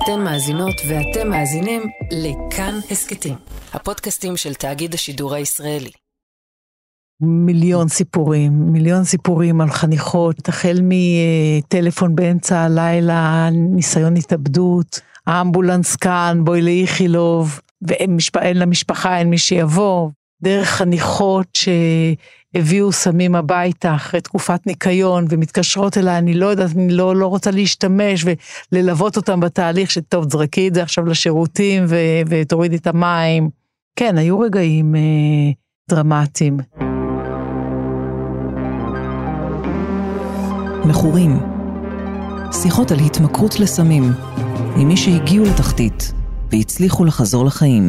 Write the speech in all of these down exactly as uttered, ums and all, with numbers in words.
אתן מאזינות ואתם מאזינים לכאן הסקטים, הפודקאסטים של תאגיד השידור הישראלי. מיליון סיפורים, מיליון סיפורים על חניכות, החל מטלפון באמצע הלילה, ניסיון התאבדות, האמבולנס כאן, בואי לאיכילוב, ואין למשפחה, אין מי שיבוא, דרך חניכות שהביאו סמים הביתה אחרי תקופת ניקיון, ומתקשרות אליי, אני לא יודעת, אני לא, לא רוצה להשתמש, וללוות אותם בתהליך שטוב, זרקי את זה עכשיו לשירותים, ו, ותורידי את המים. כן, היו רגעים אה, דרמטיים. מכורים. שיחות על התמכרות לסמים, עם מי שהגיעו לתחתית, והצליחו לחזור לחיים.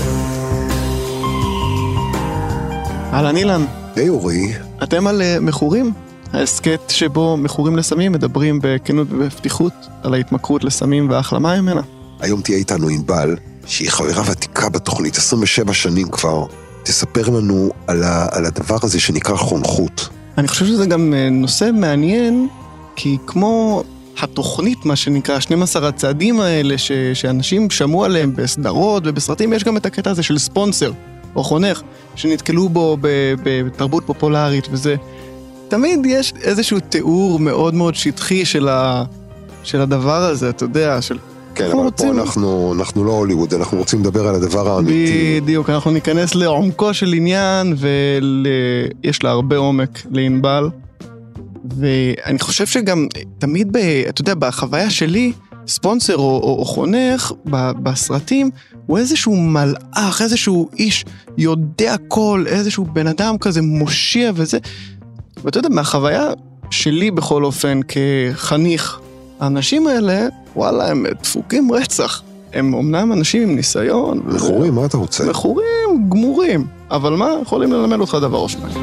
אהלן אילן. היי אורי. אתם על uh, מכורים? ההסקט שבו מכורים לסמים מדברים בכנות ובפתיחות על ההתמכרות לסמים וההחלמה ממנה. היום תהיה איתנו ענבל, שהיא חברה ותיקה בתוכנית, עשרים ושבע שנים כבר, תספר לנו על, ה, על הדבר הזה שנקרא חונכות. אני חושב שזה גם נושא מעניין, כי כמו התוכנית, מה שנקרא, שנים עשר הצעדים האלה, ש, שאנשים שמעו עליהם בסדרות ובסרטים, יש גם את הקטע הזה של ספונסר או חונך, שנתקלו בו בתרבות פופולרית וזה. תמיד יש איזשהו תיאור מאוד מאוד שטחי של, ה, של הדבר הזה, אתה יודע, של... כן, אבל רוצים... פה אנחנו, אנחנו לא הוליווד, אנחנו רוצים לדבר על הדבר האמיתי. בדיוק, אנחנו ניכנס לעומקו של עניין, ויש לה הרבה עומק לענבל. ואני חושב שגם תמיד, ב, אתה יודע, בחוויה שלי, ספונסר או, או, או חונך בסרטים, הוא איזשהו מלאך, איזשהו איש יודע כל, איזשהו בן אדם כזה מושיע וזה. ואתה יודע, מהחוויה שלי בכל אופן כחניך, האנשים האלה, וואלה, הם דפוקים רצח. הם אומנם אנשים עם ניסיון. מכורים, מה אתה רוצה? מכורים, גמורים. אבל מה, יכולים ללמד אותך דבר או שניים.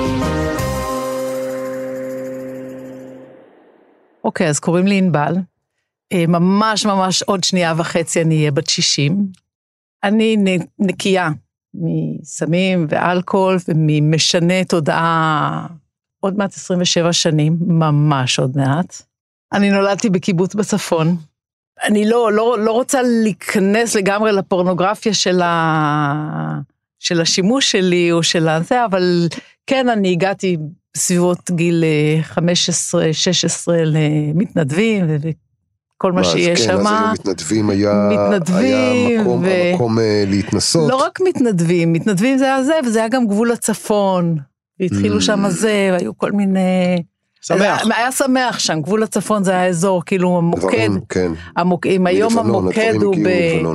אוקיי, אז קוראים לי ענבל. ממש ממש עוד שנייה וחצי אני אהיה בת שישים. אני נקייה מסמים ואלכוהול וממשנה תודעה עוד מעט עשרים ושבע שנים, ממש עוד מעט. אני נולדתי בקיבוץ בצפון. אני לא, לא, לא רוצה להיכנס לגמרי לפורנוגרפיה של, ה... של השימוש שלי או של הזה, אבל כן, אני הגעתי בסביבות גיל חמש עשרה שש עשרה למתנדבים, וכל מה שיש כן, שם. אז היו מתנדבים, היה, מתנדבים היה מקום, ו... המקום להתנסות. לא רק מתנדבים, מתנדבים זה היה זה, וזה היה גם גבול הצפון, והתחילו mm. שם זה, והיו כל מיני... שמח. היה שמח שם, גבול הצפון זה היה אזור, כאילו המוקד, כן. המוק... אם היום המוקד הוא ב...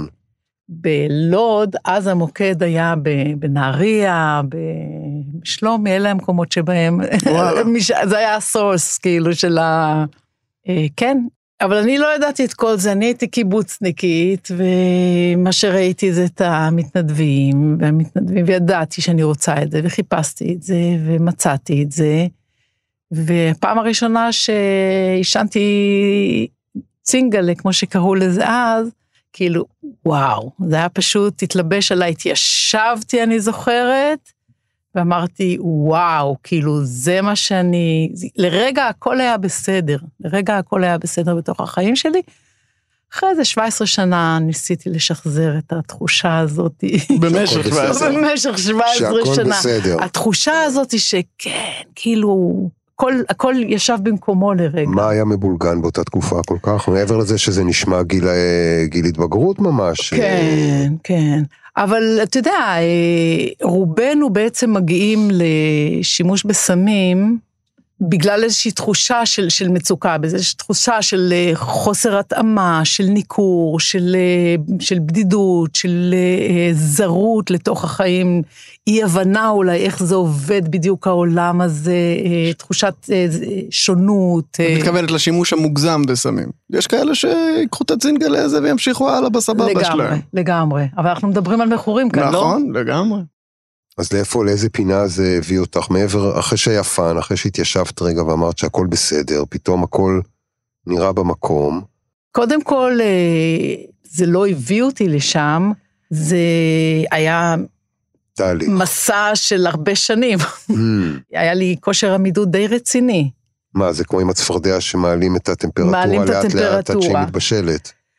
בלוד, אז המוקד היה בנהריה, בשלומי, אלה המקומות שבהם, זה היה הסורס, כאילו, של ה... כן, אבל אני לא ידעתי את כל זה, אני הייתי קיבוצניקית, ומה שראיתי זה את המתנדבים, והמתנדבים, וידעתי שאני רוצה את זה, וחיפשתי את זה, ומצאתי את זה, ופעם הראשונה שהשנתי צינגלה, כמו שקראו לזה אז, כאילו, וואו, זה היה פשוט, התלבש עליי, התיישבתי, אני זוכרת, ואמרתי, וואו, כאילו, זה מה שאני, לרגע הכל היה בסדר, לרגע הכל היה בסדר בתוך החיים שלי, אחרי זה שבע עשרה שנה ניסיתי לשחזר את התחושה הזאת. במשך שבע עשרה. במשך שבע עשרה שנה. בסדר. התחושה הזאת שכן, כאילו, הכל, הכל ישב במקומו לרגע. מה היה מבולגן באותה תקופה כל כך? מעבר לזה שזה נשמע גיל, גיל התבגרות ממש. כן, כן. אבל אתה יודע, רובנו בעצם מגיעים לשימוש בסמים, בגלל איזושהי תחושה של, של מצוקה, איזושהי תחושה של חוסר התאמה, של ניכור, של, של בדידות, של זרות לתוך החיים, אי הבנה אולי איך זה עובד בדיוק העולם הזה, תחושת שונות. מתכוונת לשימוש המוגזם בסמים. יש כאלה שיקחו את הצינגל הזה וימשיכו הלאה בסבבה שלהם. לגמרי, לגמרי. אבל אנחנו מדברים על מכורים כאן, לא? נכון, לגמרי. אז לאיפה, לאיזה פינה זה הביא אותך? מעבר, אחרי שהיה פן, אחרי שהתיישבת רגע ואמרת שהכל בסדר, פתאום הכל נראה במקום. קודם כל, זה לא הביא אותי לשם, זה היה תהליך. מסע של הרבה שנים. Mm. היה לי כושר עמידות די רציני. מה, זה כמו עם הצפרדע שמעלים את הטמפרטורה, מעלים את לאט הטמפרטורה. לאט עד שהיא מתבשלת.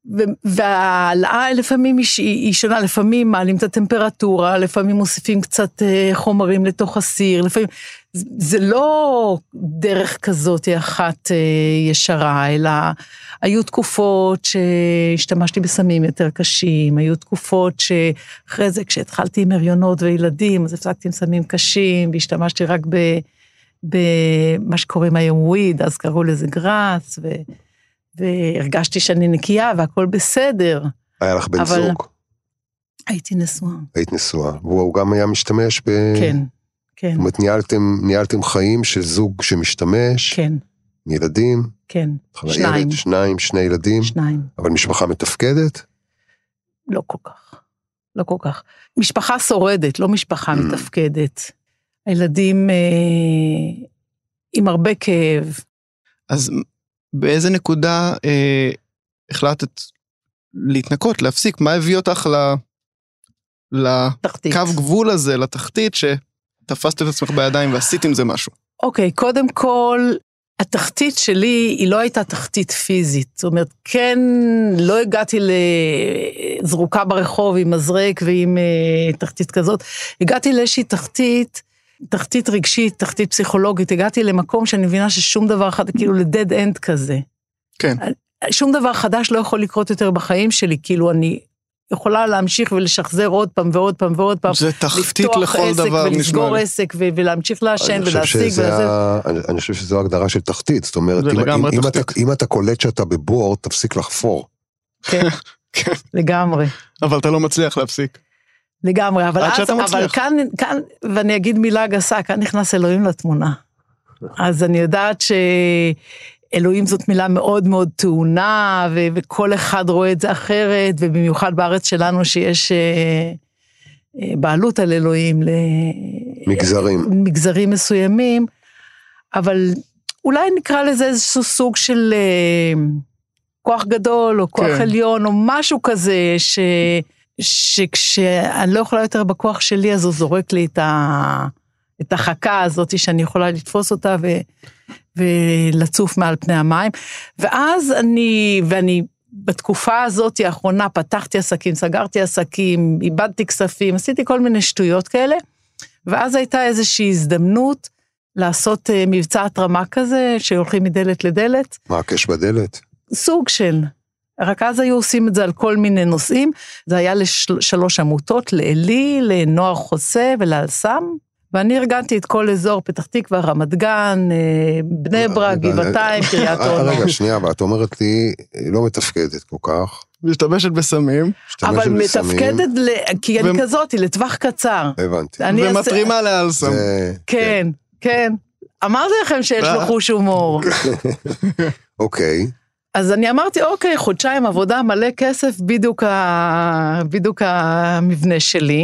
והעלאה לפעמים היא שונה, לפעמים מעלים את הטמפרטורה, לפעמים מוסיפים קצת חומרים לתוך הסיר, לפעמים, זה לא דרך כזאת אחת ישרה, אלא היו תקופות שהשתמשתי בסמים יותר קשים, היו תקופות שאחרי זה כשהתחלתי עם הריונות וילדים, אז הפסקתי עם סמים קשים, והשתמשתי רק במה שקוראים היום וויד, אז קראו לזה גראס, ו... והרגשתי שאני נקייה, והכל בסדר. היה לך בן אבל... זוג? הייתי נשואה. היית נשואה, והוא גם היה משתמש ב... כן, כן. זאת אומרת, ניהלתם, ניהלתם חיים של זוג שמשתמש? כן. ילדים? כן, שניים. ילד, שניים, שני ילדים? שניים. אבל משפחה מתפקדת? לא כל כך, לא כל כך. משפחה שורדת, לא משפחה mm. מתפקדת. הילדים אה, עם הרבה כאב. אז... באיזה נקודה אה, החלטת להתנקות, להפסיק? מה הביא אותך ל... לקו גבול הזה, לתחתית, שתפסת את עצמך בידיים ועשית עם זה משהו? אוקיי, קודם כל, התחתית שלי היא לא הייתה תחתית פיזית. זאת אומרת, כן, לא הגעתי לזרוקה ברחוב עם מזרק ועם אה, תחתית כזאת, הגעתי לאיזושהי תחתית, תחתית רגשית, תחתית פסיכולוגית, הגעתי למקום שאני מבינה ששום דבר חדש, כאילו לדד אנד כזה. כן. שום דבר חדש לא יכול לקרות יותר בחיים שלי, כאילו אני יכולה להמשיך ולשחזר עוד פעם ועוד פעם ועוד פעם. זה תחתית לכל דבר נשמע. ולסגור עסק ולהמשיך להשן ולהשיג. אני חושב שזו הגדרה של תחתית, זאת אומרת, אם אתה קולט שאתה בבור, תפסיק לחפור. כן, לגמרי. אבל אתה לא מצליח להפסיק. לגמרי, אבל, אז, אבל כאן, כאן, ואני אגיד מילה גסה, כאן נכנס אלוהים לתמונה. אז אני יודעת שאלוהים זאת מילה מאוד מאוד טעונה, ו- וכל אחד רואה את זה אחרת, ובמיוחד בארץ שלנו שיש בעלות על אלוהים, מגזרים. מגזרים מסוימים, אבל אולי נקרא לזה איזשהו סוג של כוח גדול, או כוח כן. עליון, או משהו כזה, ש... שכשאני לא יכולה יותר בכוח שלי, אז הוא זורק לי את, ה, את החכה הזאת, שאני יכולה לתפוס אותה, ו, ולצוף מעל פני המים, ואז אני, ואני בתקופה הזאת האחרונה, פתחתי עסקים, סגרתי עסקים, איבדתי כספים, עשיתי כל מיני שטויות כאלה, ואז הייתה איזושהי הזדמנות, לעשות מבצע התרמה כזה, שהולכים מדלת לדלת. מה הקש בדלת? סוג של... רק אז היו עושים את זה על כל מיני נושאים, זה היה לשלוש עמותות, לאלי, לנוער חוסה ולאלסם, ואני ארגנתי את כל אזור, פתח תקווה, רמת גן, בני ברק, גבעתיים, קריית אונו. רגע, שנייה, ואת אומרת לי, לא מתפקדת כל כך. משתמשת בסמים. אבל מתפקדת, כי אני כזאת, היא לטווח קצר. הבנתי. ומטרימה לאלסם. כן, כן. אמרתי לכם שיש לו חוש הומור. אוקיי. אז אני אמרתי, אוקיי, חודשיים עבודה, מלא כסף, בדיוק, ה... בדיוק המבנה שלי,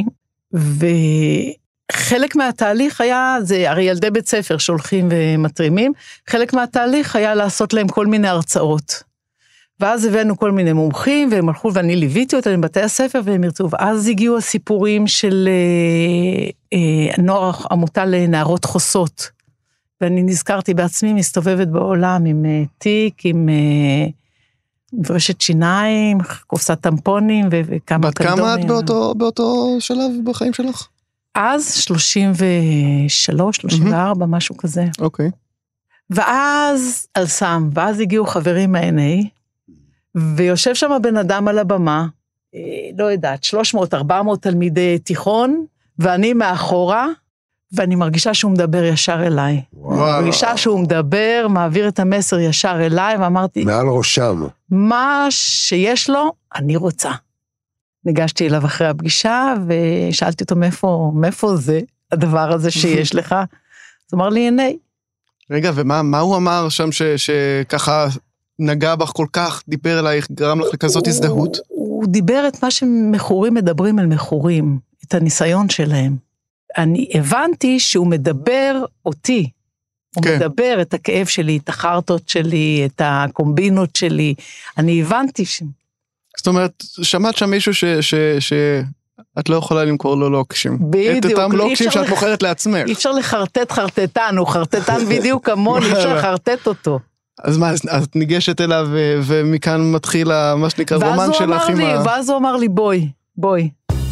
וחלק מהתהליך היה, זה הרי ילדי בית ספר שהולכים ומטרימים, חלק מהתהליך היה לעשות להם כל מיני הרצאות, ואז הבאנו כל מיני מומחים, והם הלכו, ואני ליוויתי אותם לבתי הספר, והם ירצו, ואז הגיעו הסיפורים של אה, אה, נוער עמותה לנערות חוסות, ואני נזכרתי בעצמי, מסתובבת בעולם עם תיק, עם ברשת שיניים, קופסת טמפונים וכמה קנדונים. בת כמה את באותו, באותו שלב בחיים שלך? אז שלושים ושלוש, שלושים וארבע, משהו כזה. אוקיי. ואז על סם, ואז הגיעו חברים מה-אן איי, ויושב שם הבן אדם על הבמה, לא יודעת, שלוש מאות ארבע מאות תלמידי תיכון, ואני מאחורה, ואני מרגישה שהוא מדבר ישר אליי. וואו. מרגישה שהוא מדבר, מעביר את המסר ישר אליי, ואמרתי... מעל ראשם. מה שיש לו, אני רוצה. ניגשתי אליו אחרי הפגישה, ושאלתי אותו מאיפה, מאיפה זה, הדבר הזה שיש לך. אז אמר לי, הנה. רגע, ומה מה הוא אמר שם ש, שככה נגע בך כל כך, דיבר אלייך, גרם לך לכזאת הזדהות? הוא, הוא דיבר את מה שמחורים מדברים על מחורים, את הניסיון שלהם. אני הבנתי שהוא מדבר אותי, הוא כן. מדבר את הכאב שלי, את החרטות שלי, את הקומבינות שלי, אני הבנתי ש... זאת אומרת, שמעת שם מישהו ש... ש... ש... את לא יכולה למכור לו לוקשים. בדיוק. את אותם לוקשים שאת מוכרת לעצמך. אי אפשר לחרטט חרטטן, הוא חרטטן בדיוק כמוני, אי אפשר לחרטט אותו. אז מה, את ניגשת אליו, ומכאן מתחיל מה שנקרא רומן שלך עם ה... ואז הוא אמר לי, בואי, בואי.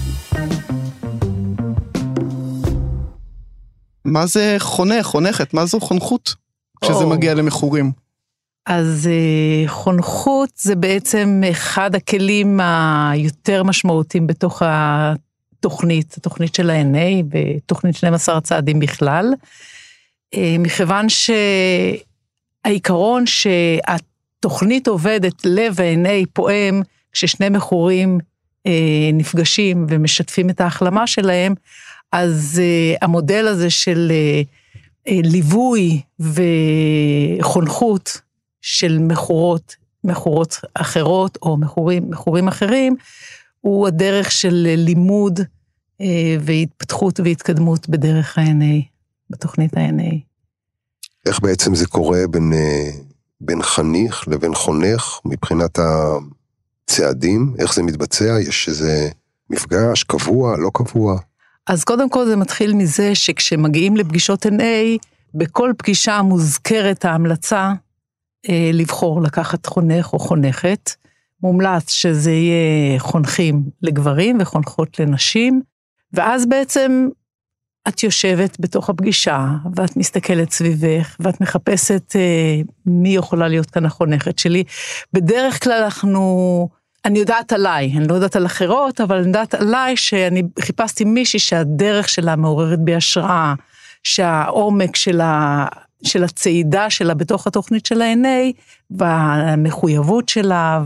מה זה חונך, חונכת? מה זו חונכות? כשזה מגיע למחורים. אז חונכות זה בעצם אחד הכלים היותר משמעותיים בתוך התוכנית, התוכנית של ה-אן איי, ותוכנית שנים עשר צעדים בכלל, מכיוון שהעיקרון שהתוכנית עובדת, לב ה-אן איי פועם, כששני מכורים נפגשים ומשתפים את ההחלמה שלהם, אז המודל הזה של ליווי וחונכות של מכורות, מכורות אחרות או מכורים, מכורים אחרים, הוא הדרך של לימוד והתפתחות והתקדמות בדרך ה-אן איי, בתוכנית ה-אן איי. איך בעצם זה קורה בין, בין חניך לבין חונך מבחינת הצעדים? איך זה מתבצע? יש איזה מפגש קבוע, לא קבוע? אז קודם כל זה מתחיל מזה שכשמגיעים לפגישות אן איי, בכל פגישה מוזכרת ההמלצה אה, לבחור לקחת חונך או חונכת, מומלץ שזה יהיה חונכים לגברים וחונכות לנשים, ואז בעצם את יושבת בתוך הפגישה, ואת מסתכלת סביבך, ואת מחפשת אה, מי יכולה להיות כאן החונכת שלי. בדרך כלל אנחנו... אני יודעת עליי, אני לא יודעת על אחרות, אבל אני יודעת עליי שאני חיפשתי מישהי שהדרך שלה מעוררת בי השראה, שהעומק שלה, של הצעידה שלה בתוך התוכנית של ה-אן איי, והמחויבות שלה,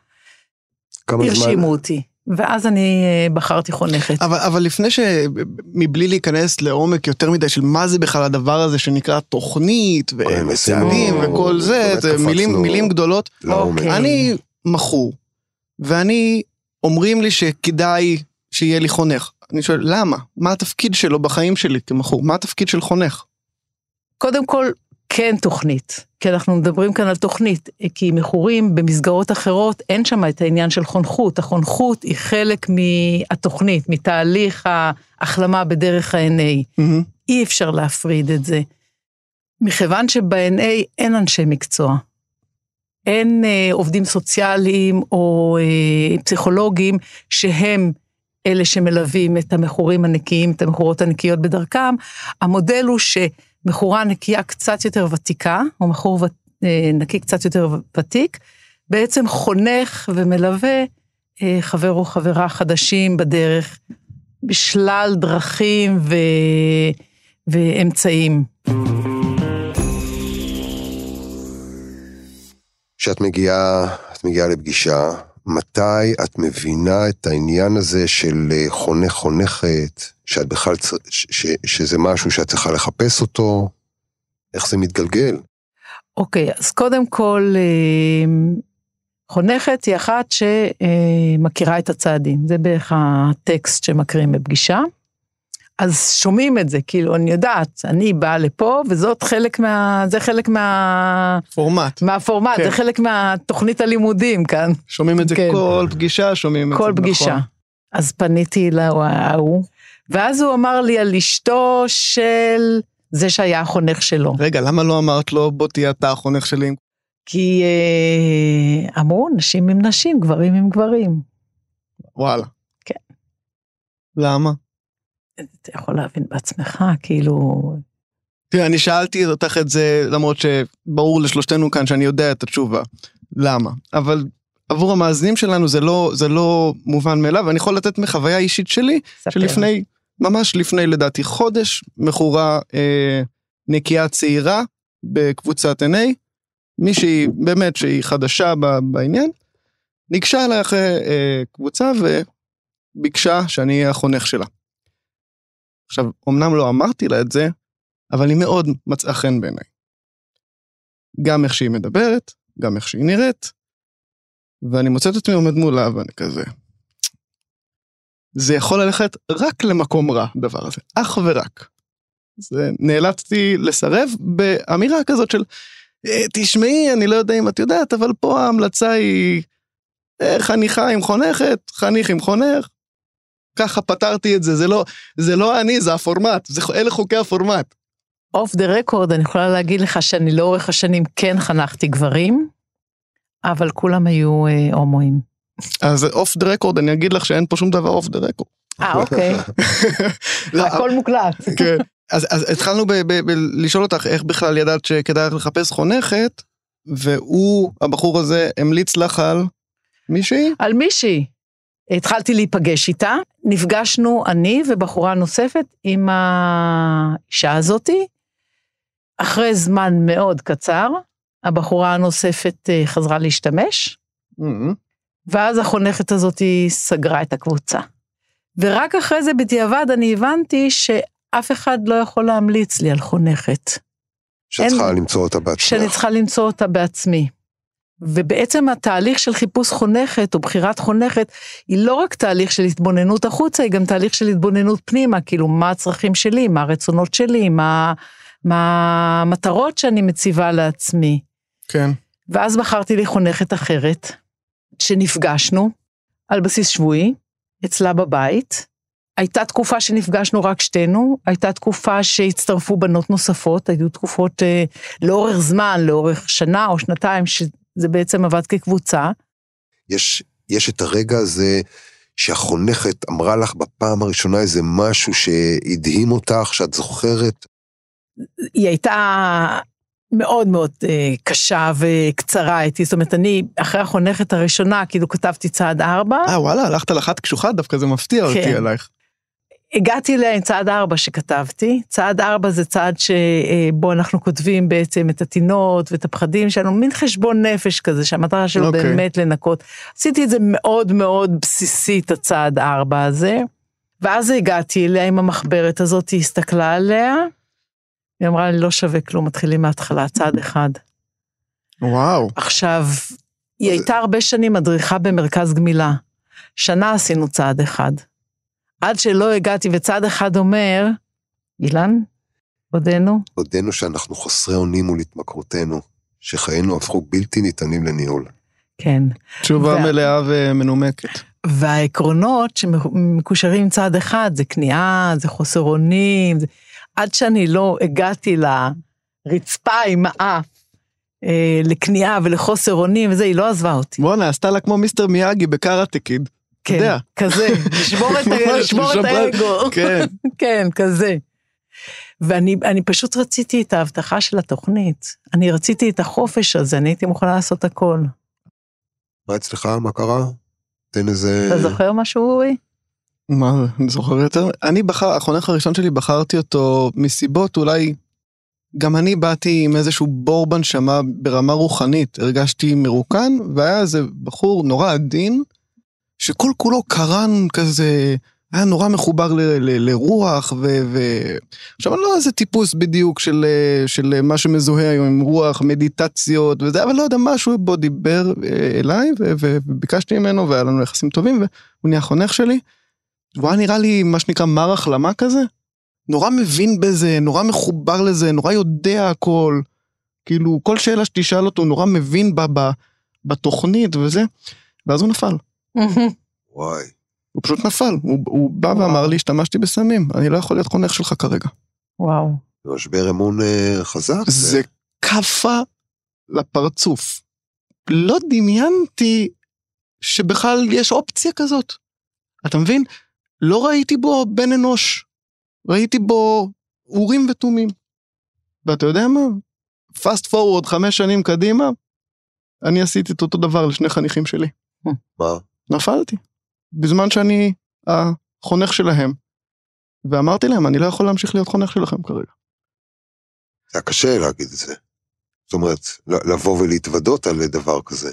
והרשימו אותי. ואז אני בחרתי חונכת. אבל, אבל לפני ש... מבלי להיכנס לעומק יותר מדי של מה זה בכלל הדבר הזה שנקרא תוכנית, וצעדים וכל זה, זה מילים, מילים גדולות. אני מכור. ואני, אומרים לי שכדאי שיהיה לי חונך. אני שואל, למה? מה התפקיד שלו בחיים שלי כמכור? מה התפקיד של חונך? קודם כל, כן תוכנית. כי אנחנו מדברים כאן על תוכנית. כי מכורים במסגרות אחרות, אין שם את העניין של חונכות. החונכות היא חלק מהתוכנית, מתהליך ההחלמה בדרך ה-אן איי. Mm-hmm. אי אפשר להפריד את זה. מכיוון שב-אן איי אין אנשי מקצוע. אין אה, עובדים סוציאליים או אה, פסיכולוגים שהם אלה שמלווים את המכורים הנקיים, את המכורות הנקיות בדרכם. המודל הוא שמכורה נקייה קצת יותר ותיקה, או מכור אה, נקי קצת יותר ותיק, בעצם חונך ומלווה אה, חבר או חברה חדשים בדרך, בשלל דרכים ו... ואמצעים. כשאת מגיעה, את מגיעה לפגישה, מתי את מבינה את העניין הזה של חונך חונכת, שאת בכלל, ש, ש, שזה משהו שאת צריכה לחפש אותו, איך זה מתגלגל? אוקיי, אז קודם כל, חונכת היא אחת שמכירה את הצעדים, זה בערך הטקסט שמקרים בפגישה, אז שומעים את זה, כאילו אני יודעת, אני באה לפה, וזאת חלק מה, זה חלק מה... פורמט. מהפורמט, כן. זה חלק מהתוכנית הלימודים כאן. שומעים את זה כן. כל פגישה, שומעים את כל זה, כל פגישה. נכון. אז פניתי להוא, ואז הוא אמר לי על אשתו של זה שהיה החונך שלו. רגע, למה לא אמרת לו, בוא תהיה אתה החונך שלי? כי אה, אמרו, נשים עם נשים, גברים עם גברים. וואלה. כן. למה? אתה יכול להבין בעצמך, כאילו... תראה, אני שאלתי אותך את זה, למרות שברור לשלושתנו כאן שאני יודע את התשובה. למה? אבל עבור המאזינים שלנו זה לא, זה לא מובן מאליו, ואני יכול לתת מחוויה אישית שלי, ספר. שלפני, ממש לפני לדעתי חודש, מכורה אה, נקייה צעירה בקבוצת אן איי, מישהי באמת שהיא חדשה בעניין, ניגשה אליי אחרי אה, קבוצה וביקשה שאני אהיה החונך שלה. עכשיו, אמנם לא אמרתי לה את זה, אבל היא מאוד מצאה חן בעיניי. גם איך שהיא מדברת, גם איך שהיא נראית, ואני מוצא את עצמי עומד מולה, ואני כזה, זה יכול ללכת רק למקום רע, דבר הזה, אך ורק. זה נאלצתי לסרב באמירה כזאת של, תשמעי, אני לא יודע אם את יודעת, אבל פה ההמלצה היא חניכה עם חונכת, חניך עם חונך, ככה פתרתי את זה, זה לא, זה לא אני, זה הפורמט, זה, אלה חוקי הפורמט. אוף דה רקורד, אני יכולה להגיד לך שאני לאורך השנים כן חנכתי גברים, אבל כולם היו אה, הומואים. אז אוף דה רקורד, אני אגיד לך שאין פה שום דבר אוף דה רקורד. אה, אוקיי. הכל מוקלט. כן. אז, אז התחלנו ב- ב- ב- לשאול אותך איך בכלל ידעת שכדאי לחפש חונכת, והוא, הבחור הזה, המליץ לך על מישהי? על מישהי. התחלתי להיפגש איתה, נפגשנו אני ובחורה נוספת עם האישה הזאתי, אחרי זמן מאוד קצר, הבחורה הנוספת חזרה להשתמש, Mm-hmm. ואז החונכת הזאתי סגרה את הקבוצה. ורק אחרי זה בדיעבד אני הבנתי שאף אחד לא יכול להמליץ לי על חונכת. שצריכה למצוא אותה בעצמך. שאני צריכה למצוא אותה בעצמי. ובעצם התהליך של חיפוש חונכת או בחירת חונכת, היא לא רק תהליך של התבוננות החוצה, היא גם תהליך של התבוננות פנימה, כאילו מה הצרכים שלי, מה הרצונות שלי, מה, מה המטרות שאני מציבה לעצמי. כן. ואז בחרתי לי חונכת אחרת, שנפגשנו על בסיס שבועי, אצלה בבית. הייתה תקופה שנפגשנו רק שתינו, הייתה תקופה שהצטרפו בנות נוספות, היו תקופות אה, לאורך זמן, לאורך שנה או שנתיים, שזה בעצם עבד כקבוצה. יש, יש את הרגע הזה שהחונכת אמרה לך בפעם הראשונה איזה משהו שהדהים אותך, שאת זוכרת? היא הייתה מאוד מאוד אה, קשה וקצרה איתי, זאת אומרת, אני אחרי החונכת הראשונה, כאילו כתבתי צעד ארבע. אה, וואלה, הלכת לחת קשוחה, דווקא זה מפתיע כן. אותי עלייך. הגעתי אליה עם צעד ארבע שכתבתי, צעד ארבע זה צעד שבו אנחנו כותבים בעצם את התינות ואת הפחדים שלנו, מין חשבון נפש כזה, שהמטרה שלו okay. באמת לנקות. עשיתי את זה מאוד מאוד בסיסי, את הצעד ארבע הזה, ואז הגעתי אליה עם המחברת הזאת, היא הסתכלה עליה, היא אמרה לי, לא שווה כלום, מתחילים מההתחלה, צעד אחד. וואו. עכשיו, היא הייתה הרבה שנים מדריכה במרכז גמילה, שנה עשינו צעד אחד. עד שלא הגעתי, וצד אחד אומר, אילן, עודנו? עודנו שאנחנו חסרי אונים מול התמכרותנו, שחיינו הפכו בלתי ניתנים לניהול. כן. תשובה וה... מלאה ומנומקת. והעקרונות שמקושרים עם צד אחד, זה כניעה, זה חוסר אונים, זה... עד שאני לא הגעתי לרצפה עם האף, אה, לכניעה ולחוסר אונים, וזה, היא לא עזבה אותי. בוא'נה, עשתה לה כמו מיסטר מיאגי בקראטה קיד. כן, כזה, לשבור את האגו. כן. כן, כזה. ואני פשוט רציתי את ההבטחה של התוכנית. אני רציתי את החופש הזה, אני הייתי מוכנה לעשות הכל. מה אצלך? מה קרה? תן איזה... אתה זוכר משהו, אורי? מה, אני זוכר יותר? אני בחר, החונך הראשון שלי בחרתי אותו מסיבות, אולי גם אני באתי עם איזשהו בור בנשמה ברמה רוחנית, הרגשתי מרוקן, והיה איזה בחור נורא עדין, שכל כולו קרן כזה, היה נורא מחובר ל, ל, לרוח, ו, ו... עכשיו אני לא איזה טיפוס בדיוק של, של מה שמזוהה היום עם רוח, מדיטציות וזה, אבל לא יודע, משהו בו דיבר אליי, ו, ו, וביקשתי ממנו, והיה לנו יחסים טובים, והוא נהיה חונך שלי, והוא היה נראה לי מה שנקרא מר החלמה כזה, נורא מבין בזה, נורא מחובר לזה, נורא יודע הכל, כאילו כל שאלה שתשאל אותו, נורא מבין בה, בה, בתוכנית וזה, ואז הוא נפל. וואי. הוא פשוט נפל, הוא, הוא בא וואו. ואמר לי, השתמשתי בסמים, אני לא יכול להיות חונך שלך כרגע. וואו. זה משבר אמון uh, חזק. זה קפה לפרצוף. לא דמיינתי שבכלל יש אופציה כזאת. אתה מבין? לא ראיתי בו בן אנוש. ראיתי בו אורים ותומים. ואתה יודע מה? פאסט פורוורד, חמש שנים קדימה, אני עשיתי את אותו דבר לשני חניכים שלי. מה? נפלתי. בזמן שאני החונך שלהם. ואמרתי להם, אני לא יכול להמשיך להיות חונך שלכם כרגע. זה קשה להגיד את זה. זאת אומרת, לבוא ולהתוודות על דבר כזה.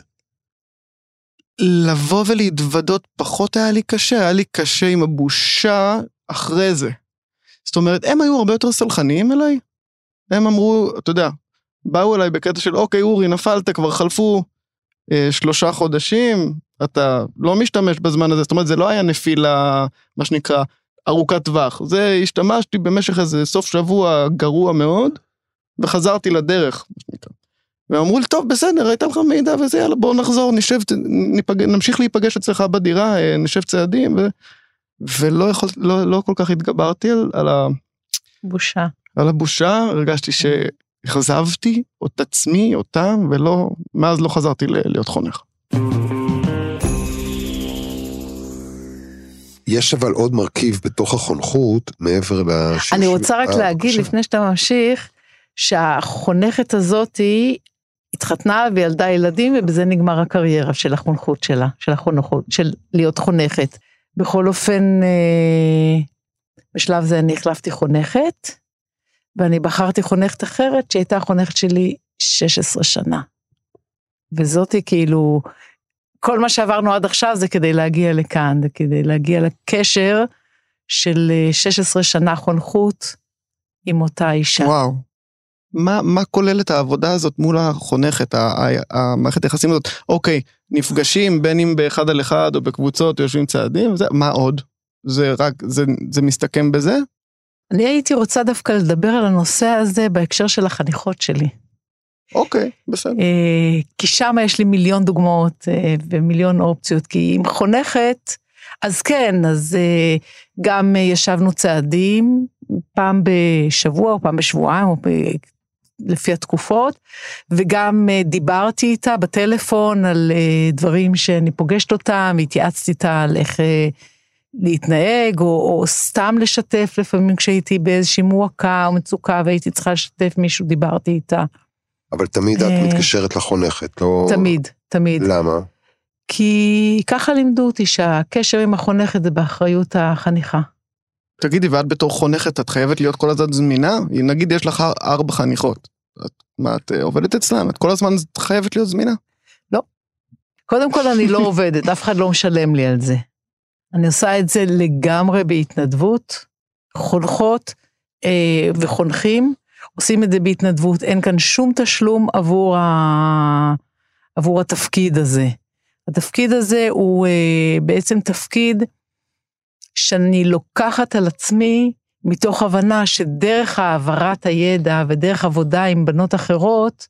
לבוא ולהתוודות פחות היה לי קשה, היה לי קשה עם הבושה אחרי זה. זאת אומרת, הם היו הרבה יותר סלחניים אליי. הם אמרו, אתה יודע, באו אליי בקטע של, אוקיי, אורי, נפלת, כבר חלפו אה, שלושה חודשים, אתה לא משתמש בזמן הזה, זאת אומרת, זה לא היה נפילה, מה שנקרא, ארוכת טווח. זה השתמשתי במשך איזה סוף שבוע גרוע מאוד, וחזרתי לדרך, מה שנקרא. ואמרו לי, טוב, בסדר, הייתה לך מידע וזה, יאללה, בואו נחזור, נשב, ניפג... נמשיך להיפגש אצלך בדירה, נשב צעדים, ו... ולא יכול, לא, לא כל כך התגברתי על, על ה... בושה. על הבושה, הרגשתי שהחזבתי את עצמי, אותם, ולא, מאז לא חזרתי להיות חונך. יש אבל עוד מרכיב בתוך החונכות, מעבר לשיש... אני רוצה רק להגיד, לפני שאתה ממשיך, שהחונכת הזאת היא התחתנה וילדה ילדים, ובזה נגמר הקריירה של החונכות שלה, של החונכות, של להיות חונכת. בכל אופן, בשלב זה אני החלפתי חונכת, ואני בחרתי חונכת אחרת, שהייתה חונכת שלי שש עשרה שנה. וזאת כאילו, כל מה שעברנו עד עכשיו זה כדי להגיע לכאן, זה כדי להגיע לקשר של שש עשרה שנה חונכות עם אותה אישה. וואו. מה, מה כולל את העבודה הזאת מול החונכת, המערכת היחסים הזאת? אוקיי, נפגשים בין אם באחד על אחד או בקבוצות, יושבים צעדים, זה, מה עוד? זה רק, זה, זה מסתכם בזה? אני הייתי רוצה דווקא לדבר על הנושא הזה בהקשר של החניכות שלי. אוקיי, בסדר. כי שם יש לי מיליון דוגמאות ומיליון אופציות, כי אם חונכת, אז כן, אז גם ישבנו צעדים, פעם בשבוע או פעם בשבועיים, או לפי התקופות, וגם דיברתי איתה בטלפון על דברים שאני פוגשת אותם, התייעצתי איתה על איך להתנהג, או, או סתם לשתף לפעמים כשהייתי באיזושהי מועקה או מצוקה, והייתי צריכה לשתף מישהו, דיברתי איתה. אבל תמיד את מתקשרת לחונכת, לא... תמיד, תמיד. למה? כי ככה לימדו אותי שהקשר עם החונכת זה באחריות החניכה. תגידי, ואת בתור חונכת, את חייבת להיות כל הזמן זמינה? נגיד יש לך ארבע חניכות. את, מה, את עובדת אצלם? את כל הזמן חייבת להיות זמינה? לא. קודם כל אני לא עובדת, אף אחד לא משלם לי על זה. אני עושה את זה לגמרי בהתנדבות, חונכות אה, וחונכים, עושים את זה בהתנדבות, אין כאן שום תשלום עבור, ה... עבור התפקיד הזה. התפקיד הזה הוא אה, בעצם תפקיד שאני לוקחת על עצמי, מתוך הבנה שדרך העברת הידע ודרך עבודה עם בנות אחרות,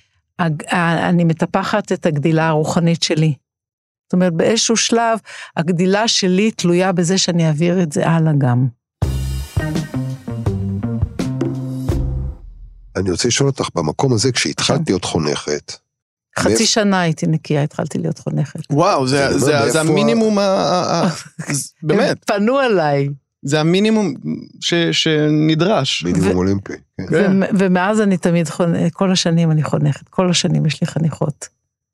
אני מטפחת את הגדילה הרוחנית שלי. זאת אומרת, באיזשהו שלב, הגדילה שלי תלויה בזה שאני אעביר את זה הלאה גם. אני רוצה לשאול אותך, במקום הזה, כשהתחלתי להיות חונכת... חצי שנה הייתי נקייה, התחלתי להיות חונכת. וואו, זה המינימום, באמת. הם פנו עליי. זה המינימום שנדרש. מינימום אולימפי. ומאז אני תמיד, כל השנים אני חונכת, כל השנים יש לי חניכות.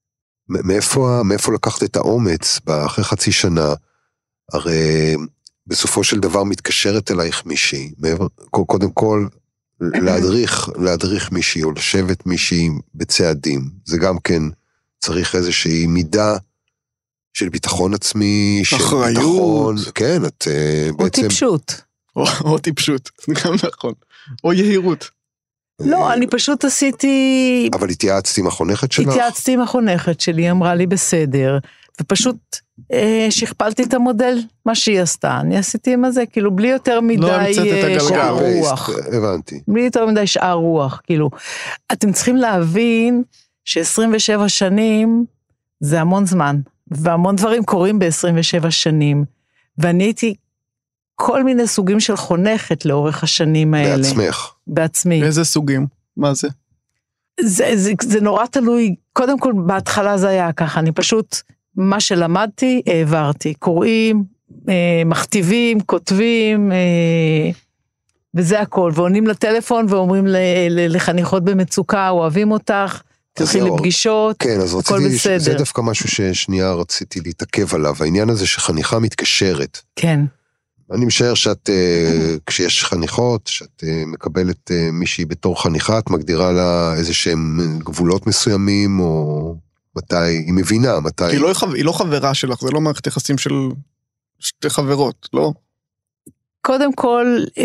מאיפה לקחת את האומץ, אחרי חצי שנה, הרי בסופו של דבר מתקשרת אלייך מישהי, קודם כל, להדריך, להדריך מישהי, או לשבת מישהי בצעדים, זה גם כן צריך איזושהי מידה, של ביטחון עצמי, של ביטחון, כן, את בעצם... או טיפשות. או טיפשות, זה גם נכון. או יהירות. לא, אני פשוט עשיתי... אבל התייעצתי עם החונכת שלך? התייעצתי עם החונכת שלי, אמרה לי בסדר, ופשוט שכפלתי את המודל, מה שהיא עשתה. אני עשיתי עם זה, כאילו, בלי יותר מדי שאר רוח. הבנתי. בלי יותר מדי שאר רוח, כאילו. אתם צריכים להבין ש-עשרים ושבע שנים זה המון זמן. והמון דברים קורים ב-עשרים ושבע שנים, ואני הייתי כל מיני סוגים של חונכת לאורך השנים האלה. בעצמך. בעצמי. איזה סוגים? מה זה? זה, זה, זה נורא תלוי, קודם כל בהתחלה זה היה ככה, אני פשוט, מה שלמדתי, העברתי, קוראים, אה, מכתיבים, כותבים, אה, וזה הכל, ועונים לטלפון ואומרים לחניכות במצוקה, אוהבים אותך, תלכי לפגישות, כן, אז רציתי, זה דווקא משהו ששנייה רציתי להתעכב עליו, העניין הזה שחניכה מתקשרת. כן. אני משער שאת, כשיש חניכות, שאת מקבלת מישהי בתור חניכה, את מגדירה לה איזה שהם גבולות מסוימים, או מתי, היא מבינה, מתי... היא לא, היא לא חברה שלך, זה לא מערכת יחסים של שתי חברות, לא? קודם כל,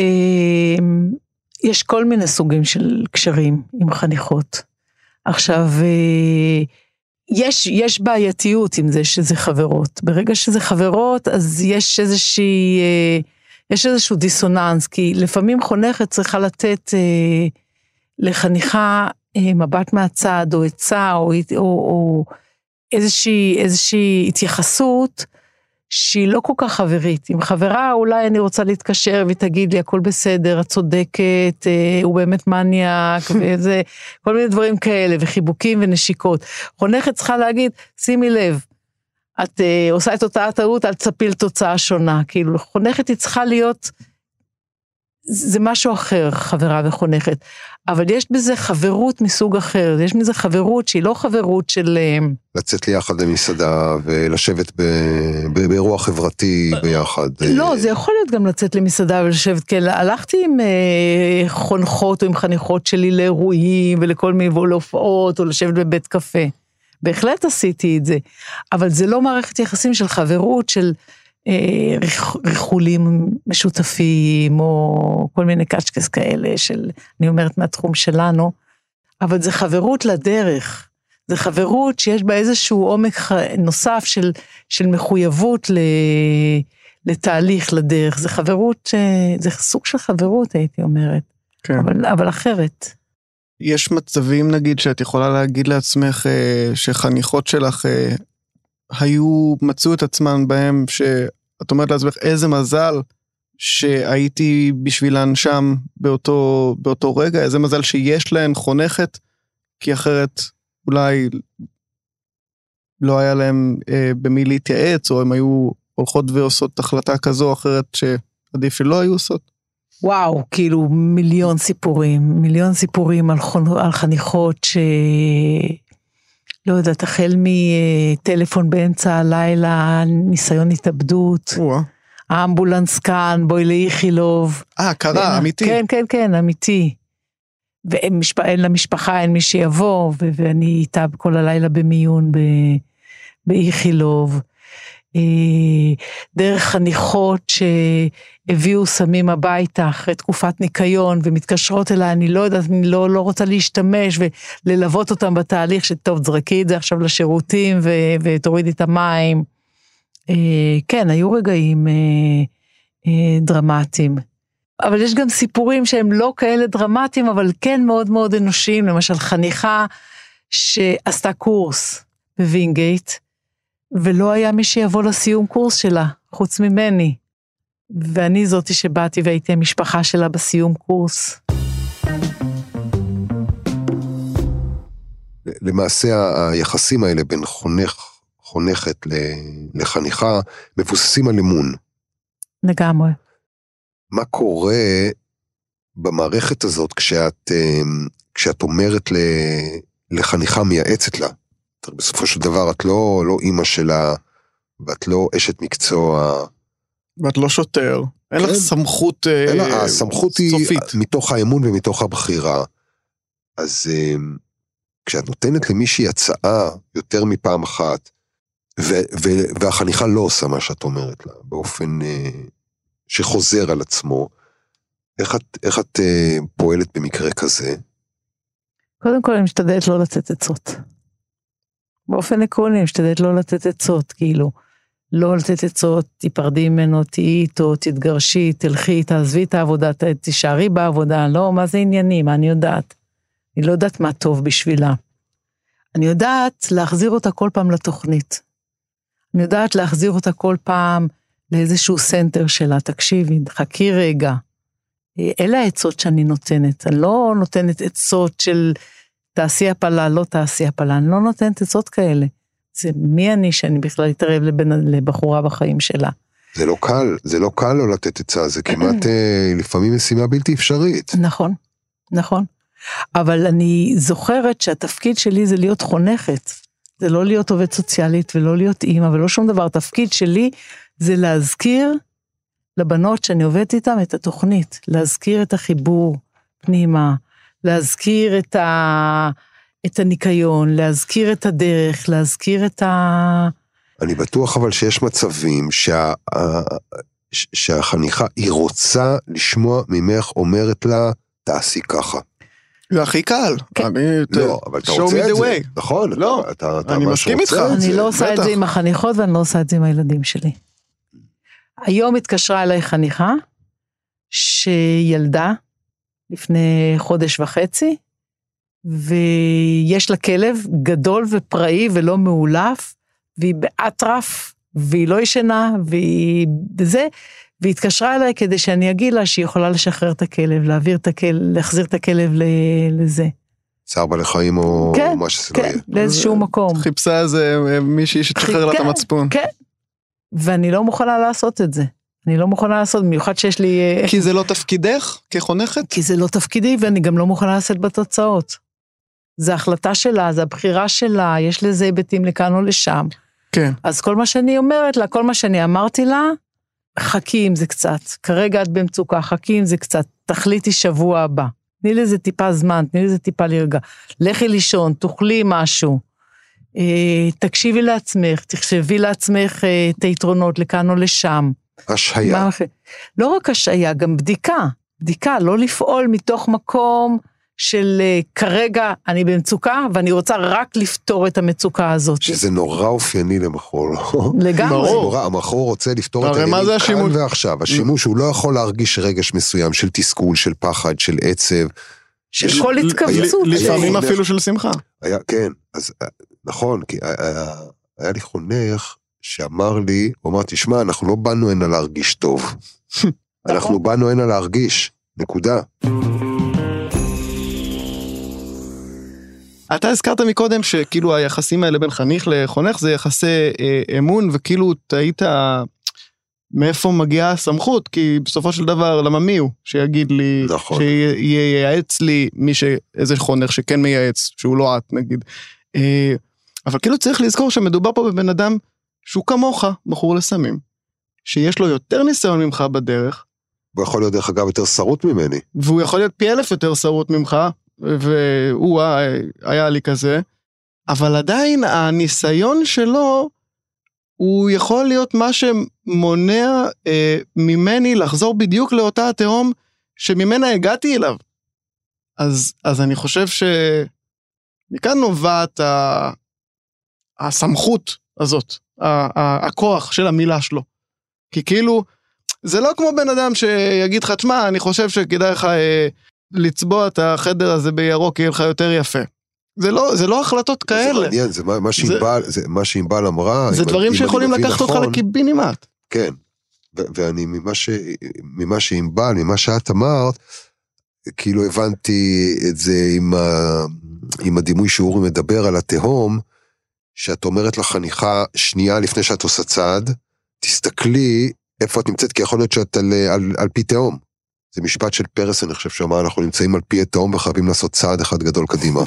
יש כל מיני סוגים של קשרים עם חניכות. עכשיו, יש, יש בעייתיות עם זה שזה חברות. ברגע שזה חברות, אז יש איזושהי, יש איזשהו דיסוננס, כי לפעמים חונכת צריכה לתת לחניכה מבט מהצד, או עצה, או, או, או איזושהי, איזושהי התייחסות, שהיא לא כל כך חברית. עם חברה אולי אני רוצה להתקשר ותגיד לי, הכל בסדר, את צודקת, הוא באמת מניאק, וזה, כל מיני דברים כאלה, וחיבוקים ונשיקות. חונכת צריכה להגיד, שימי לב, את עושה את אותה טעות, אל תצפי לתוצאה שונה. כאילו, חונכת היא צריכה להיות, זה משהו אחר, חברה וחונכת. אבל יש בזה חברות מסוג אחר, יש בזה חברות שהיא לא חברות של... לצאת לי יחד למסעדה ולשבת באירוע חברתי ביחד. לא, זה יכול להיות גם לצאת למסעדה ולשבת, כן, הלכתי עם חונכות או עם חניכות שלי לאירועים ולכל מיני להופעות או לשבת בבית קפה. בהחלט עשיתי את זה, אבל זה לא מערכת יחסים של חברות, של ריחולים משותפים, או כל מיני קשקס כאלה, של, אני אומרת מהתחום שלנו, אבל זה חברות לדרך, זה חברות שיש בה איזשהו עומק נוסף של, של מחויבות לתהליך, לדרך, זה חברות, זה סוג של חברות, הייתי אומרת, כן. אבל, אבל אחרת. יש מצבים, נגיד, שאת יכולה להגיד לעצמך, שחניכות שלך, היו, מצאו את עצמן בהם, שאת אומרת לעצמך, איזה מזל שהייתי בשבילן שם באותו, באותו רגע, איזה מזל שיש להן חונכת, כי אחרת אולי לא היה להם אה, במי להתייעץ, או הם היו הולכות ועושות החלטה כזו או אחרת שעדיף שלא היו עושות. וואו, כאילו מיליון סיפורים, מיליון סיפורים על, חונ... על חניכות ש... לא יודעת, החל מטלפון באמצע הלילה, ניסיון התאבדות, האמבולנס כאן, בואי לאיכילוב. אה, קרה, אמיתי. כן, כן, כן, אמיתי. ואין למשפחה, אין מי שיבוא, ו- ואני איתה כל הלילה במיון באיכילוב. דרך חניכות שהביאו סמים הביתה אחרי תקופת ניקיון, ומתקשרות אליי, אני לא יודעת, אני לא, לא רוצה להשתמש, וללוות אותם בתהליך, שטוב, זרקי את זה עכשיו לשירותים, ו, ותורידי את המים. כן, היו רגעים דרמטיים. אבל יש גם סיפורים שהם לא כאלה דרמטיים, אבל כן מאוד מאוד אנושיים, למשל חניכה שעשתה קורס בווינגייט, ולא היה מי שיבוא לסיום קורס שלה, חוץ ממני. ואני זאתי שבאתי והייתי המשפחה שלה בסיום קורס. למעשה היחסים האלה בין חונך, חונכת לחניכה, מבוססים על אמון. לגמרי. מה קורה במערכת הזאת כשאת, כשאת אומרת לחניכה מייעצת לה? בסופו של דבר את לא, לא אימא שלה, ואת לא אשת מקצוע. ואת לא שוטר. אין לך סמכות אין לה, הסמכות היא מתוך האמון ומתוך הבחירה. אז כשאת נותנת למישהי הצעה יותר מפעם אחת, והחניכה לא עושה מה שאת אומרת לה, באופן שחוזר על עצמו, איך את, איך את פועלת במקרה כזה? קודם כל אני משתדלת לא לתת עצות. באופן עקרוני, משתדלת לא לתת עצות, כאילו, לא לתת עצות, תיפרדי ממנו, תהיי איתו, תתגרשי, תלכי, תעזבי את העבודה, תישארי בעבודה, לא, מה זה ענייני, מה אני יודעת? אני לא יודעת מה טוב בשבילה. אני יודעת להחזיר אותה כל פעם לתוכנית. אני יודעת להחזיר אותה כל פעם לאיזשהו סנטר שלה, תקשיבי, חכי רגע. אלה העצות שאני נותנת, אני לא נותנת עצות של תעשי הפלה, לא תעשי הפלה, אני לא נותנת עצות כאלה. זה מי אני שאני בכלל אתערב לבן, לבחורה בחיים שלה. זה לא קל, זה לא קל לא לתת עצה, זה כמעט לפעמים משימה בלתי אפשרית. נכון, נכון. אבל אני זוכרת שהתפקיד שלי זה להיות חונכת, זה לא להיות עובד סוציאלית ולא להיות אימא ולא שום דבר, התפקיד שלי זה להזכיר לבנות שאני עובדת איתן את התוכנית, להזכיר את החיבור פנימה, להזכיר את, ה... את הניקיון, להזכיר את הדרך, להזכיר את ה... אני בטוח אבל שיש מצבים שה... שהחניכה היא רוצה לשמוע ממך אומרת לה, תעשי ככה. זה הכי קל. לא, אבל אתה רוצה את זה. נכון, לא, אני מסכים איתך. אני לא עושה את זה עם החניכות ואני לא עושה את זה עם הילדים שלי. היום התקשרה אליי חניכה, שילדה לפני חודש וחצי, ויש לה כלב גדול ופראי ולא מאולף, והיא באטרף והיא לא ישנה, והיא בזה, והיא התקשרה אליי כדי שאני אגיד לה שהיא יכולה לשחרר את הכלב, להעביר את הכלב, להחזיר את הכלב לזה. צער בעלי חיים או כן, מה שזה כן, לא יהיה. לאיזשהו מקום. חיפשה איזה מישהי שתשחרר לה את המצפון. כן, ואני לא מוכנה לעשות את זה. אני לא מוכנה לעשות, במיוחד שיש לי... כי זה לא תפקידך כחונכת? כי זה לא תפקידי, ואני גם לא מוכנה לעשות בתוצאות. זה החלטה שלה, זה הבחירה שלה, יש לזה היבטים לכאן או לשם. כן. אז כל מה שאני אומרת לה, כל מה שאני אמרתי לה, חכי עם זה קצת. כרגע את במצוקה, חכי עם זה קצת. תחליטי שבוע הבא. תני לזה טיפה זמן, תני לזה טיפה לרגע. לכי לישון, תאכלי משהו. אה, תקשיבי לעצמך, תחשבי לעצמך אה, את היתרונות לכאן או לשם. השהיה. לא רק השהיה, גם בדיקה. בדיקה, לא לפעול מתוך מקום של כרגע אני במצוקה, ואני רוצה רק לפתור את המצוקה הזאת. שזה נורא אופייני למחור. לגמרי. נורא, המחור רוצה לפתור את העניינים כאן ועכשיו. השימוש הוא לא יכול להרגיש רגש מסוים של תסכול, של פחד, של עצב. של כל התכווצות. לפעמים אפילו של שמחה. כן, אז נכון, כי היה לי חונך שאמר לי, הוא אמר, תשמע, אנחנו לא באנו הנה להרגיש טוב. אנחנו באנו הנה להרגיש, נקודה. אתה הזכרת מקודם שכאילו היחסים האלה בין חניך לחונך זה יחסי אה, אמון, וכאילו תהית מאיפה מגיעה הסמכות, כי בסופו של דבר למה מי הוא שיגיד לי, נכון. שייעץ לי מי ש... איזה חונך שכן מייעץ, שהוא לא את נגיד. אה, אבל כאילו צריך לזכור שמדובר פה בבן אדם שהוא כמוך, בחור לסמים, שיש לו יותר ניסיון ממך בדרך. הוא יכול להיות דרך אגב יותר שרות ממני. והוא יכול להיות פי אלף יותר שרות ממך, והוא היה לי כזה, אבל עדיין הניסיון שלו, הוא יכול להיות מה שמונע אה, ממני לחזור בדיוק לאותה התהום, שממנה הגעתי אליו. אז, אז אני חושב שמכאן נובעת ה, הסמכות הזאת, ה, ה, הכוח של המילה שלו. כי כאילו, זה לא כמו בן אדם שיגיד לך, תשמע, אני חושב שכדאי לך... אה, לצבוע את החדר הזה בירוק, יהיה לך יותר יפה. זה לא, זה לא החלטות כאלה. זה מעניין, זה מה שענבל, זה מה שענבל אמרה. זה דברים שיכולים לקחת אותך לקיבינימט. כן, ואני ממה שענבל, ממה שאת אמרת, כאילו הבנתי את זה עם הדימוי שאורי מדבר על התהום, שאת אומרת לחניכה שנייה לפני שאת עושה צעד, תסתכלי איפה את נמצאת, כי יכול להיות שאת על פי תהום. זה משפט של פרס, אני חושב שאמר, אנחנו נמצאים על פי התהום וחייבים לעשות צעד אחד גדול קדימה.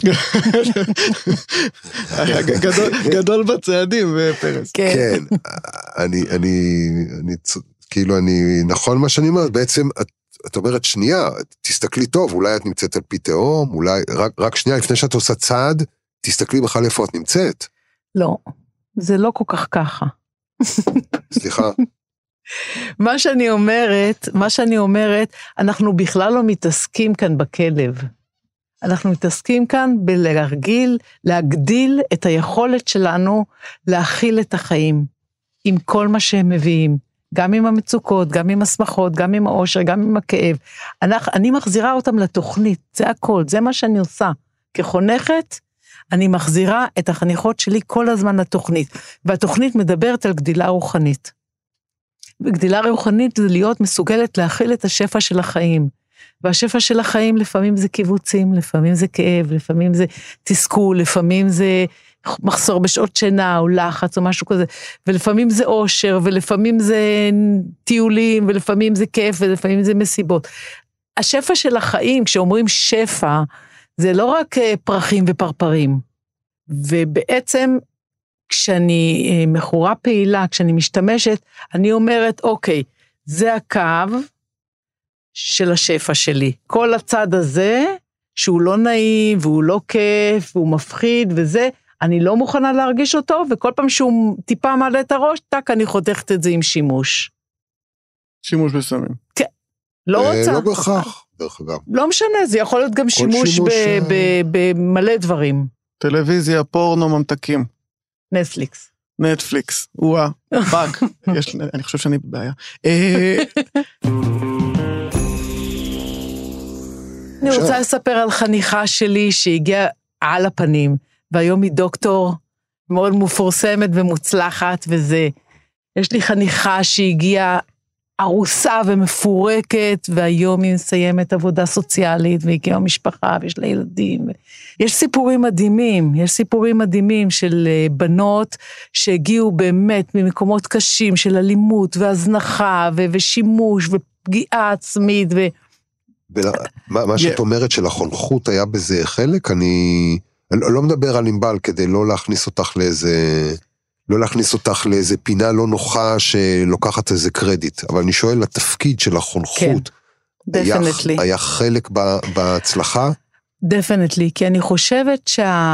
גדול בצעדים, פרס. כן, אני, אני, אני, כאילו, אני, נכון מה שאני אומר, בעצם, את, את אומרת, שנייה, תסתכלי טוב, אולי את נמצאת על פי תהום, אולי, רק, רק שנייה, לפני שאת עושה צעד, תסתכלי בכלל איפה את נמצאת. לא, זה לא כל כך ככה. סליחה. מה שאני אומרת, מה שאני אומרת, אנחנו בכלל לא מתעסקים כאן בכלב. אנחנו מתעסקים כאן בלהרגיל, להגדיל את היכולת שלנו להכיל את החיים, עם כל מה שהם מביאים, גם עם המצוקות, גם עם השמחות, גם עם האושר, גם עם הכאב. אני, אני מחזירה אותם לתוכנית, זה הכל, זה מה שאני עושה. כחונכת, אני מחזירה את החניכות שלי כל הזמן לתוכנית, והתוכנית מדברת על גדילה רוחנית. גדילה רוחנית זה להיות מסוגלת להכיל את השפע של החיים, והשפע של החיים לפעמים זה קיבוצים, לפעמים זה כאב, לפעמים זה תסכול, לפעמים זה מחסור בשעות שינה או לחץ או משהו כזה, ולפעמים זה אושר, ולפעמים זה טיולים, ולפעמים זה כיף, ולפעמים זה מסיבות. השפע של החיים, כשאומרים שפע, זה לא רק פרחים ופרפרים, ובעצם כשאני מחורה פעילה, כשאני משתמשת, אני אומרת, אוקיי, זה הקו של השפע שלי. כל הצד הזה, שהוא לא נעים, והוא לא כיף, והוא מפחיד, וזה, אני לא מוכנה להרגיש אותו, וכל פעם שהוא טיפה מעלה את הראש, טק, אני חותכת את זה עם שימוש. שימוש בסמים. כן, לא רוצה. לא בכך, דרך אגב. לא משנה, זה יכול להיות גם שימוש במלא דברים. טלוויזיה, פורנו, ממתקים. נטפליקס. נטפליקס, וואה, פאק, אני חושב שאני בבעיה. אני רוצה לספר על חניכה שלי שהגיעה על הפנים, והיום היא דוקטור מאוד מפורסמת ומוצלחת, וזה, יש לי חניכה שהגיעה ארוסה ומפורקת, והיום היא מסיימת עבודה סוציאלית, והגיעה משפחה, ויש לה ילדים. יש סיפורים מדהימים, יש סיפורים מדהימים של בנות, שהגיעו באמת ממקומות קשים, של אלימות והזנחה, ו- ושימוש, ופגיעה עצמית, ו... מה, מה שאת אומרת של החונכות היה בזה חלק, אני, אני לא מדבר על ענבל כדי לא להכניס אותך לאיזה, לא להכניס אותך לאיזה פינה לא נוחה שלוקחת איזה קרדיט, אבל אני שואל, התפקיד של החונכות, כן, היה, definitely. היה חלק בהצלחה? definitely, כי אני חושבת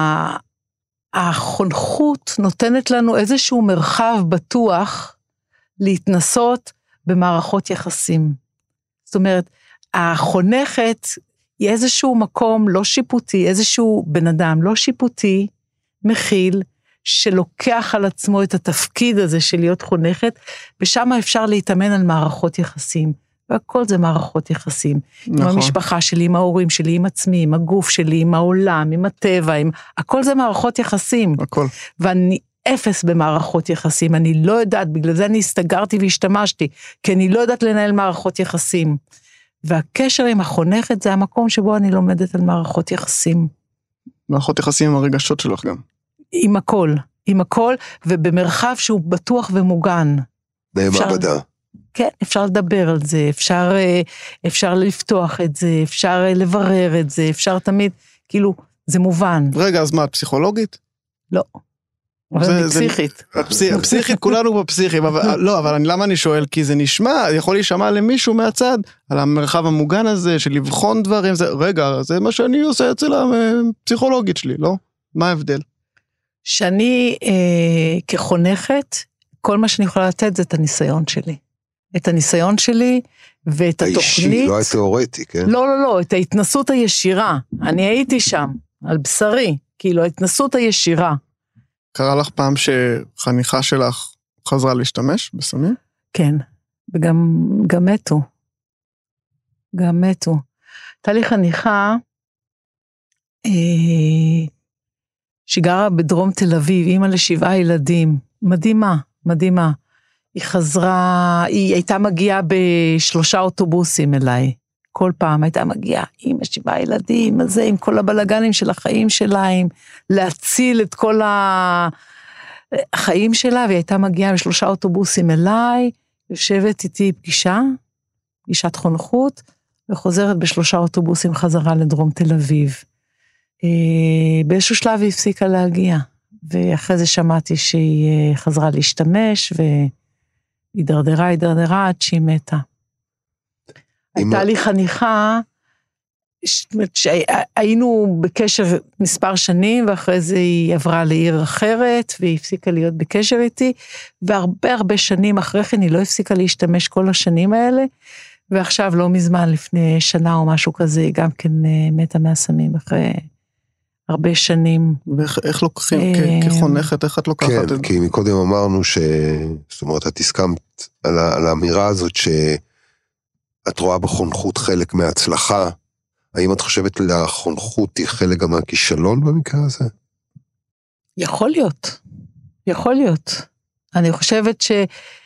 שהחונכות נותנת לנו איזשהו מרחב בטוח להתנסות במערכות יחסים. זאת אומרת, החונכת היא איזשהו מקום לא שיפוטי, איזשהו בן אדם לא שיפוטי, מכיל, שלוקח על עצמו את התפקיד הזה של להיות חונכת, ושם אפשר להתאמן על מערכות יחסים, והכל זה מערכות יחסים, נכון. עם המשפחה שלי, עם ההורים שלי, עם עצמי, עם הגוף שלי, עם העולם, עם הטבע, עם... הכל זה מערכות יחסים, הכל. ואני אפס במערכות יחסים, אני לא יודעת, בגלל זה אני הסתגרתי והשתמשתי, כי אני לא יודעת לנהל מערכות יחסים, והקשר עם החונכת זה המקום שבו אני לומדת על מערכות יחסים. מערכות יחסים עם הרגשות שלך גם. עם הכל, עם הכל, ובמרחב שהוא בטוח ומוגן. במעבדה. כן, אפשר לדבר על זה, אפשר, אפשר לפתוח את זה, אפשר לברר את זה, אפשר תמיד, כאילו, זה מובן. רגע, אז מה, פסיכולוגית? לא. אבל אני פסיכית. פסיכית, כולנו בפסיכים, לא, אבל למה אני שואל? כי זה נשמע, יכול להישמע למישהו מהצד, על המרחב המוגן הזה, של לבחון דברים, רגע, זה מה שאני עושה אצל הפסיכולוגית שלי, לא? מה ההבדל? שאני כחונכת, כל מה שאני יכולה לתת זה את הניסיון שלי. את הניסיון שלי, ואת התוכנית. האישי, לא התיאורטי, כן? לא, לא, לא, את ההתנסות הישירה. אני הייתי שם, על בשרי, כאילו, ההתנסות הישירה. קרה לך פעם שחניכה שלך חזרה להשתמש בסמים? כן, וגם גם מתו. גם מתו. הייתה לי חניכה, אה, שגרה בדרום תל אביב, אימא לשבעה ילדים, מדהימה, מדהימה. היא חזרה, היא הייתה מגיעה בשלושה אוטובוסים אליי, כל פעם הייתה מגיעה, אימא שבעה ילדים, הזה, עם כל הבלגנים של החיים שלה, עם להציל את כל החיים שלה, והיא הייתה מגיעה בשלושה אוטובוסים אליי, יושבת איתי פגישה, פגישת חונכות, וחוזרת בשלושה אוטובוסים חזרה לדרום תל אביב. באיזשהו שלב היא הפסיקה להגיע, ואחרי זה שמעתי שהיא חזרה להשתמש, והיא דרדרה, היא דרדרה עד שהיא מתה. הייתה לי חניכה, שהיינו בקשר מספר שנים, ואחרי זה היא עברה לעיר אחרת, והיא הפסיקה להיות בקשר איתי, והרבה הרבה שנים אחרי כן היא לא הפסיקה להשתמש כל השנים האלה, ועכשיו לא מזמן, לפני שנה או משהו כזה, היא גם כן מתה מהסמים אחרי הרבה שנים. ואיך לוקחים, כחונכת, איך את לוקחת את זה? כן, כי מקודם אמרנו ש... זאת אומרת, את הסכמת על האמירה הזאת ש... את רואה בחונכות חלק מההצלחה, האם את חושבת לחונכות היא חלק גם מהכישלון במקרה הזה? יכול להיות, יכול להיות. אני חושבת ש...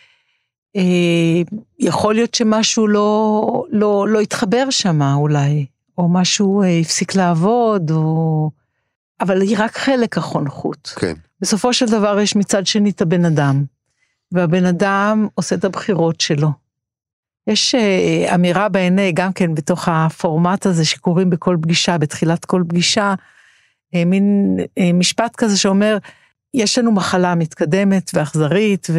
יכול להיות שמשהו לא, לא, לא התחבר שמה אולי, או משהו הפסיק לעבוד, או... אבל היא רק חלק החונכות. כן. בסופו של דבר יש מצד שני את הבן אדם, והבן אדם עושה את הבחירות שלו. יש אמירה בעיני, גם כן בתוך הפורמט הזה שקוראים בכל פגישה, בתחילת כל פגישה, מין משפט כזה שאומר, יש לנו מחלה מתקדמת ואכזרית,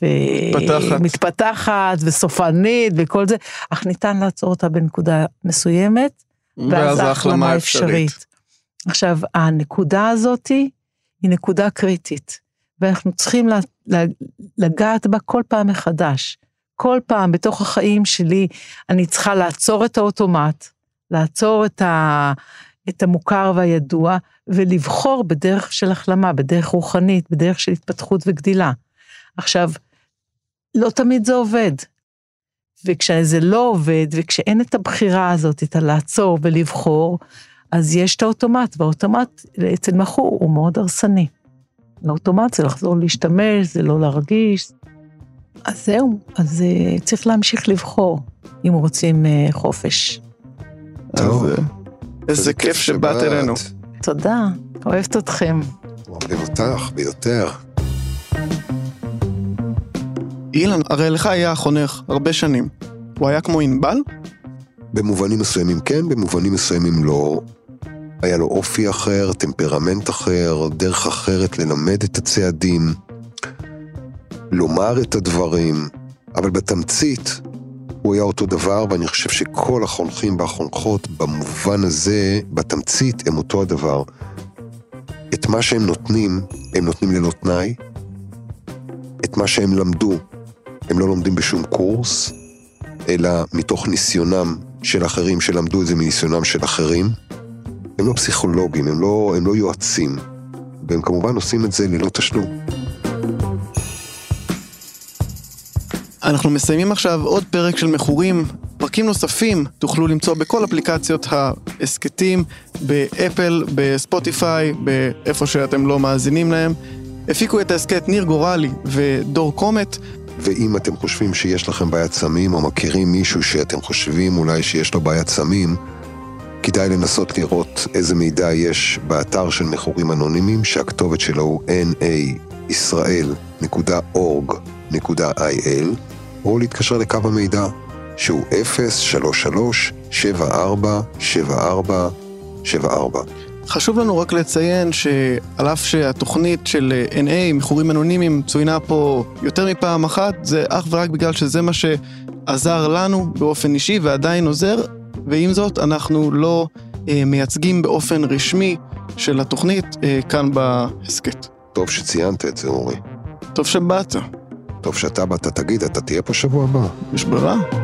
ומתפתחת וסופנית וכל זה, אך ניתן לעצור אותה בנקודה מסוימת, ואז ההחלמה אפשרית. עכשיו, הנקודה הזאת היא נקודה קריטית, ואנחנו צריכים לגעת בה כל פעם מחדש. כל פעם בתוך החיים שלי, אני צריכה לעצור את האוטומט, לעצור את, ה, את המוכר והידוע, ולבחור בדרך של החלמה, בדרך רוחנית, בדרך של התפתחות וגדילה. עכשיו, לא תמיד זה עובד. וכשזה לא עובד, וכשאין את הבחירה הזאת, את הלעצור ולבחור, אז יש את האוטומט, והאוטומט אצל מכור הוא מאוד הרסני. האוטומט זה לחזור להשתמש, זה לא להרגיש. אז זהו, אז uh, צריך להמשיך לבחור, אם רוצים uh, חופש. טוב. אז, איזה כיף שבאת אלינו. תודה, אוהבת אתכם. אוהבים אותך ביותר. אילן, הרי לך היה חונך הרבה שנים. הוא היה כמו ענבל? במובנים מסוימים כן, במובנים מסוימים לא. היה לו אופי אחר, טמפרמנט אחר, דרך אחרת ללמד את הצעדים, לומר את הדברים, אבל בתמצית הוא היה אותו דבר, ואני חושב שכל החונכים והחונכות במובן הזה, בתמצית הם אותו הדבר. את מה שהם נותנים, הם נותנים ללא תנאי. את מה שהם למדו, הם לא לומדים בשום קורס, אלא מתוך ניסיונם של אחרים שלמדו את זה מניסיונם של אחרים. הם לא פסיכולוגים, הם לא, הם לא יועצים, והם כמובן עושים את זה ללא תשלום. אנחנו מסיימים עכשיו עוד פרק של מכורים. פרקים נוספים תוכלו למצוא בכל אפליקציות העסקתים, באפל, בספוטיפיי, באיפה שאתם לא מאזינים להם. הפיקו את העסקת ניר גורלי ודור קומט. ואם אתם חושבים שיש לכם בעיית סמים, או מכירים מישהו שאתם חושבים אולי שיש לו בעיית סמים, כדאי לנסות לראות איזה מידע יש באתר של מכורים אנונימיים, שהכתובת שלו הוא אן איי ישראל נקודה אורג נקודה איי אל, או להתקשר לקו המידע שהוא אפס שלוש שלוש שבע ארבע שבע ארבע שבע ארבע. חשוב לנו רק לציין שעל אף שהתוכנית של אן איי, מכורים אנונימיים, צוינה פה יותר מפעם אחת, זה אך ורק בגלל שזה מה שעזר לנו באופן אישי ועדיין עוזר, ועם זאת אנחנו לא אה, מייצגים באופן רשמי של התוכנית אה, כאן בהסקט. טוב שציינת את זה, אורי. טוב שבאת. טוב שאתה באת, תגיד, אתה תהיה פה שבוע הבא. יש ברירה.